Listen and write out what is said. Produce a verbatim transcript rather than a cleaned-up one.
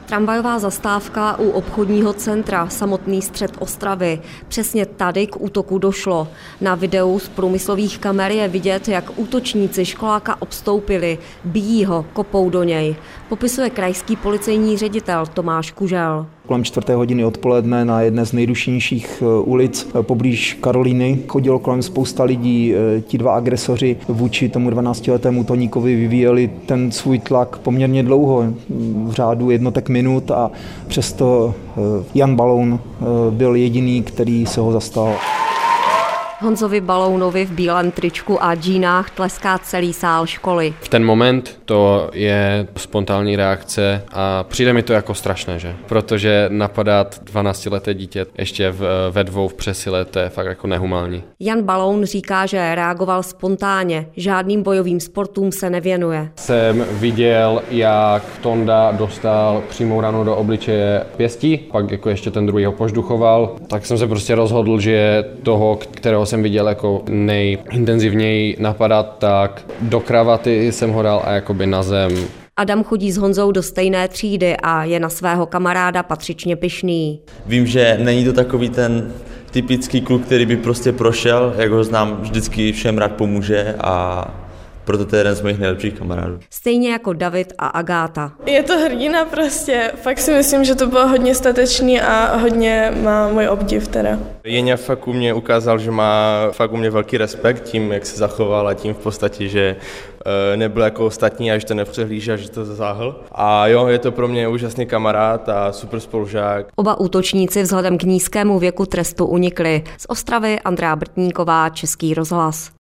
Tramvajová zastávka u obchodního centra, samotný střed Ostravy. Přesně tady k útoku došlo. Na videu z průmyslových kamer je vidět, jak útočníci školáka obstoupili, bijí ho, kopou do něj. Popisuje krajský policejní ředitel Tomáš Kužel. Kolem čtvrté hodiny odpoledne na jedné z nejrušnějších ulic poblíž Karolíny chodilo kolem spousta lidí. Ti dva agresoři vůči tomu dvanáctiletému Toníkovi vyvíjeli ten svůj tlak poměrně dlouho, v řádu jednotek minut, a přesto Jan Baloun byl jediný, který se ho zastal. Honzovi Balounovi v bílém tričku a džínách tleská celý sál školy. V ten moment to je spontánní reakce a přijde mi to jako strašné, že? Protože napadat dvanáctileté dítě ještě v, ve dvou v přesile, to je fakt jako nehumánní. Jan Baloun říká, že reagoval spontánně, žádným bojovým sportům se nevěnuje. Jsem viděl, jak Tonda dostal přímou ranu do obličeje pěstí, pak jako ještě ten druhý ho požduchoval, tak jsem se prostě rozhodl, že toho, kterého jsem viděl jako nejintenzivněji napadat, tak do kravaty jsem ho dal a jakoby na zem. Adam chodí s Honzou do stejné třídy a je na svého kamaráda patřičně pyšný. Vím, že není to takový ten typický kluk, který by prostě prošel, jak ho znám, vždycky všem rád pomůže a proto to je jeden z mojich nejlepších kamarádů. Stejně jako David a Agáta. Je to hrdina prostě, fakt si myslím, že to bylo hodně statečný a hodně má můj obdiv teda. Jeňa fakt u mě ukázal, že má fakt u mě velký respekt tím, jak se zachoval a tím v podstatě, že nebyl jako ostatní a že to nepřehlížel, že to zasáhl. A jo, je to pro mě úžasný kamarád a super spolužák. Oba útočníci vzhledem k nízkému věku trestu unikli. Z Ostravy Andrea Brtníková, Český rozhlas.